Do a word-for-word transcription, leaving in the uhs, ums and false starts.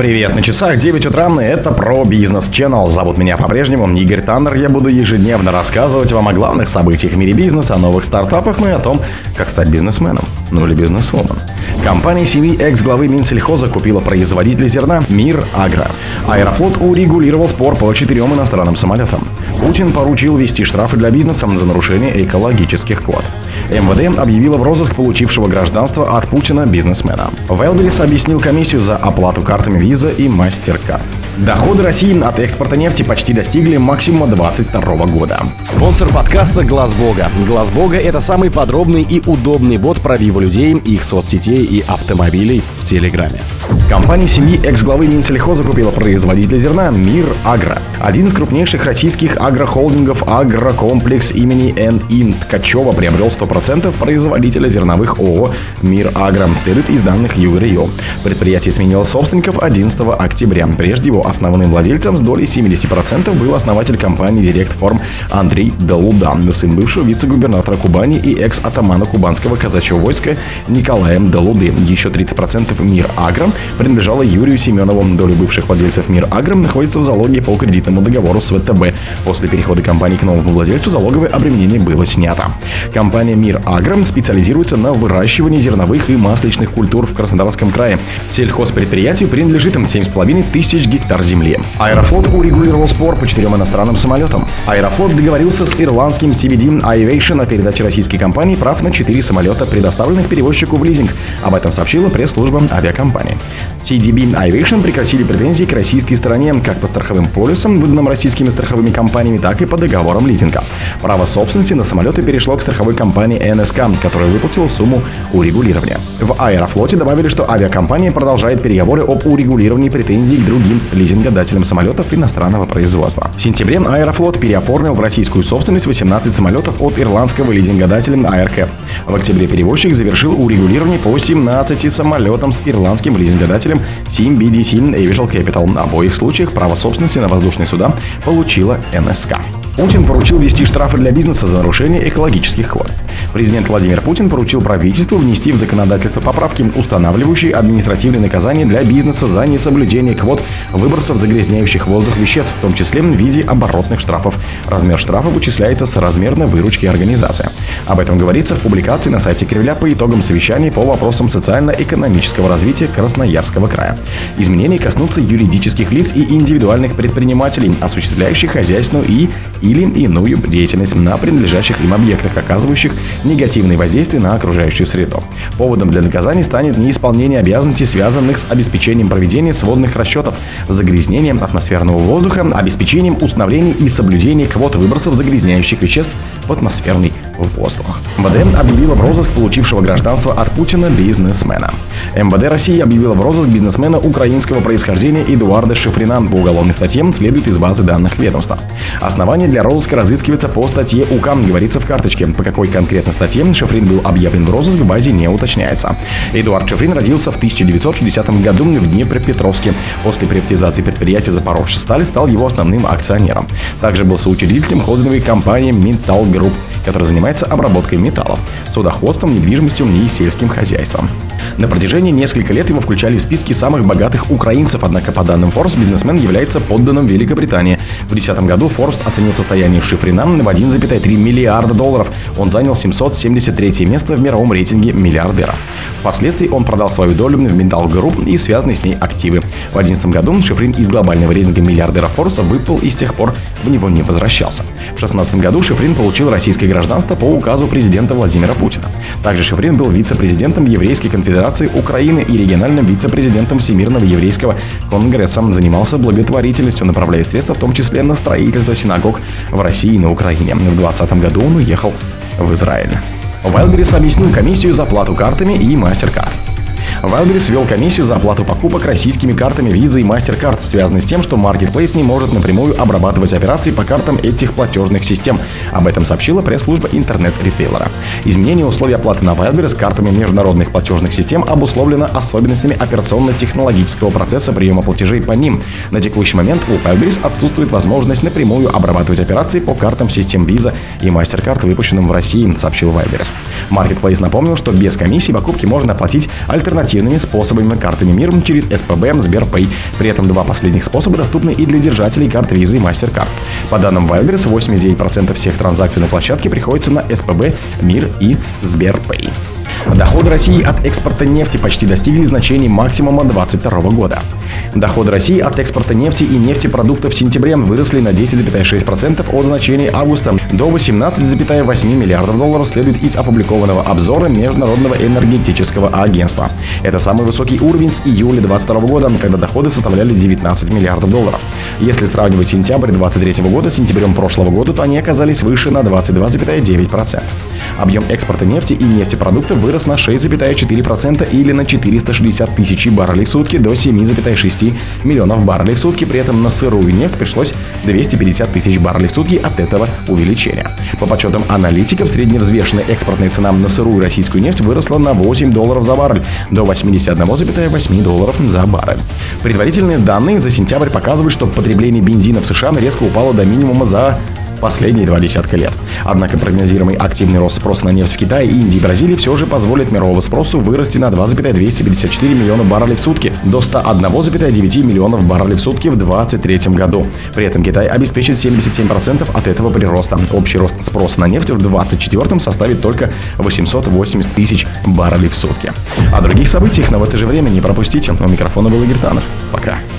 Привет, на часах девять утра, это про бизнес Channel. Зовут меня по-прежнему Игорь Таннер. Я буду ежедневно рассказывать вам о главных событиях в мире бизнеса, о новых стартапах, ну и о том, как стать бизнесменом, ну или бизнесвумен. Компания семьи экс-главы Минсельхоза купила производителя зерна Мир Агро. Аэрофлот урегулировал спор по четырем иностранным самолетам. Путин поручил ввести штрафы для бизнеса за нарушение экологических квот. эм вэ дэ объявила в розыск получившего гражданство от Путина бизнесмена. Wildberries объяснил комиссию за оплату картами Visa и MasterCard. Доходы России от экспорта нефти почти достигли максимума двадцать второго года. Спонсор подкаста Глаз Бога. Глаз Бога — это самый подробный и удобный бот пробива людей, их соцсетей и автомобилей в Телеграме. Компания семьи экс-главы Минсельхоза купила производителя зерна Мир Агро. Один из крупнейших российских агрохолдингов агрокомплекс имени Н И Ткачева приобрел сто процентов производителя зерновых ООО Мир Агро, следует из данных Югрио. Предприятие сменило собственников одиннадцатого октября. Прежде его основным владельцем с долей семьдесят процентов был основатель компании Директформ Андрей Далуда, сын бывшего вице-губернатора Кубани и экс-атамана кубанского казачьего войска Николая Далуды. Еще тридцать процентов Мир Агро принадлежало Юрию Семенову. Доля бывших владельцев Мир Агро находится в залоге по кредитному договору с вэ тэ бэ. После перехода компании к новому владельцу залоговое обременение было снято. Компания Мир Агро специализируется на выращивании зерновых и масличных культур в Краснодарском крае. Сельхозпредприятию принадлежит семь с половиной тысяч гектар земли. Аэрофлот урегулировал спор по четырем иностранным самолетам. Аэрофлот договорился с ирландским си би ди Aviation о передаче российской компании прав на четыре самолета, предоставленных перевозчику в лизинг. Об этом сообщила пресс-служба авиакомпании. си ди би Aviation прекратили претензии к российской стороне как по страховым полисам, выданным российскими страховыми компаниями, так и по договорам лизинга. Право собственности на самолеты перешло к страховой компании эн эс ка, которая выплатила сумму урегулирования. В Аэрофлоте добавили, что авиакомпания продолжает переговоры об урегулировании претензий к другим лизингодателям самолетов иностранного производства. В сентябре Аэрофлот переоформил в российскую собственность восемнадцать самолетов от ирландского лизингодателя AirCap. В октябре перевозчик завершил урегулирование по семнадцати самолетам с ирландским лизингодателем си би ди си Aviation Capital. В обоих случаях право собственности на воздушные суда получила эн эс ка. Путин поручил ввести штрафы для бизнеса за нарушение экологических квот. Президент Владимир Путин поручил правительству внести в законодательство поправки, устанавливающие административные наказания для бизнеса за несоблюдение квот выбросов загрязняющих воздух веществ, в том числе в виде оборотных штрафов. Размер штрафа вычисляется соразмерно выручке организации. Об этом говорится в публикации на сайте Кремля по итогам совещаний по вопросам социально-экономического развития Красноярского края. Изменения коснутся юридических лиц и индивидуальных предпринимателей, осуществляющих хозяйственную и или иную деятельность на принадлежащих им объектах, оказывающих негативные воздействия на окружающую среду. Поводом для наказаний станет неисполнение обязанностей, связанных с обеспечением проведения сводных расчетов, загрязнением атмосферного воздуха, обеспечением установления и соблюдения квот выбросов загрязняющих веществ в атмосферный воздух. эм вэ дэ объявила в розыск получившего гражданство от Путина бизнесмена. эм вэ дэ России объявила в розыск бизнесмена украинского происхождения Эдуарда Шифрина. По уголовной статье следует из базы данных ведомства. Основание для розыска разыскивается по статье УК, говорится в карточке. По какой конкретно статье Шифрин был объявлен в розыск, в базе не уточняется. Эдуард Шифрин родился в тысяча девятьсот шестидесятом году в Днепропетровске. После приватизации предприятия Запорожсталь стал его основным акционером. Также был соучредителем холдинговой компании Металл Групп, которая занимается обработкой металлов, судоходством, недвижимостью и сельским хозяйством. На протяжении нескольких лет его включали в списки самых богатых украинцев, однако по данным Forbes бизнесмен является подданным Великобритании. В две тысячи десятом году Forbes оценил состояние Шифрина в один целых три миллиарда долларов. Он занял семьсот семьдесят третье место в мировом рейтинге миллиардеров. Впоследствии он продал свою долю в Металл Групп и связанные с ней активы. В две тысячи одиннадцатом году Шифрин из глобального рейтинга миллиардеров Forbes выпал и с тех пор в него не возвращался. В две тысячи шестнадцатом году Шифрин получил российское гражданство по указу президента Владимира Путина. Также Шифрин был вице-президентом Еврейской конфедерации Украины и региональным вице-президентом Всемирного еврейского конгресса. Занимался благотворительностью, направляя средства в том числе на строительство синагог в России и на Украине. В две тысячи двадцатом году он уехал в Израиль. Wildberries объяснил комиссию за оплату картами и MasterCard. Wildberries ввел комиссию за оплату покупок российскими картами Visa и MasterCard, связанной с тем, что Marketplace не может напрямую обрабатывать операции по картам этих платежных систем. Об этом сообщила пресс-служба интернет-ритейлера. Изменение условий оплаты на Wildberries картами международных платежных систем обусловлено особенностями операционно-технологического процесса приема платежей по ним. На текущий момент у Wildberries отсутствует возможность напрямую обрабатывать операции по картам систем Visa и MasterCard, выпущенным в России, сообщил Wildberries. Marketplace напомнил, что без комиссии покупки можно оплатить альтернативно альтернативными способами картами МИР через эс пэ бэ, Сберпэй. При этом два последних способа доступны и для держателей карт Visa и MasterCard. По данным Wildberries, восемьдесят девять процентов всех транзакций на площадке приходится на эс пэ бэ, МИР и Сберпэй. Доходы России от экспорта нефти почти достигли значений максимума две тысячи двадцать второго года. Доходы России от экспорта нефти и нефтепродуктов в сентябре выросли на десять целых шесть десятых процента от значений августа до восемнадцати целых восьми десятых миллиардов долларов, следует из опубликованного обзора Международного энергетического агентства. Это самый высокий уровень с июля две тысячи двадцать второго года, когда доходы составляли девятнадцать миллиардов долларов. Если сравнивать сентябрь две тысячи двадцать третьего года с сентябрем прошлого года, то они оказались выше на двадцать два целых девять десятых процента. Объем экспорта нефти и нефтепродуктов вырос на шесть целых четыре десятых процента или на четыреста шестьдесят тысяч баррелей в сутки до семи целых шести десятых миллионов баррелей в сутки. При этом на сырую нефть пришлось двести пятьдесят тысяч баррелей в сутки от этого увеличения. По подсчетам аналитиков, средневзвешенная экспортная цена на сырую российскую нефть выросла на восемь долларов за баррель до восемьдесят один целых восемь долларов за баррель. Предварительные данные за сентябрь показывают, что потребление бензина в США резко упало до минимума за последние два десятка лет. Однако прогнозируемый активный рост спроса на нефть в Китае, Индии и Бразилии все же позволит мировому спросу вырасти на два целых двести пятьдесят четыре миллиона баррелей в сутки до ста одного целых девяти миллионов баррелей в сутки в две тысячи двадцать третьем году. При этом Китай обеспечит семьдесят семь процентов от этого прироста. Общий рост спроса на нефть в две тысячи двадцать четвёртом составит только восемьсот восемьдесят тысяч баррелей в сутки. О других событиях, но в это же время не пропустите. У микрофона был Игорь Таннер. Пока.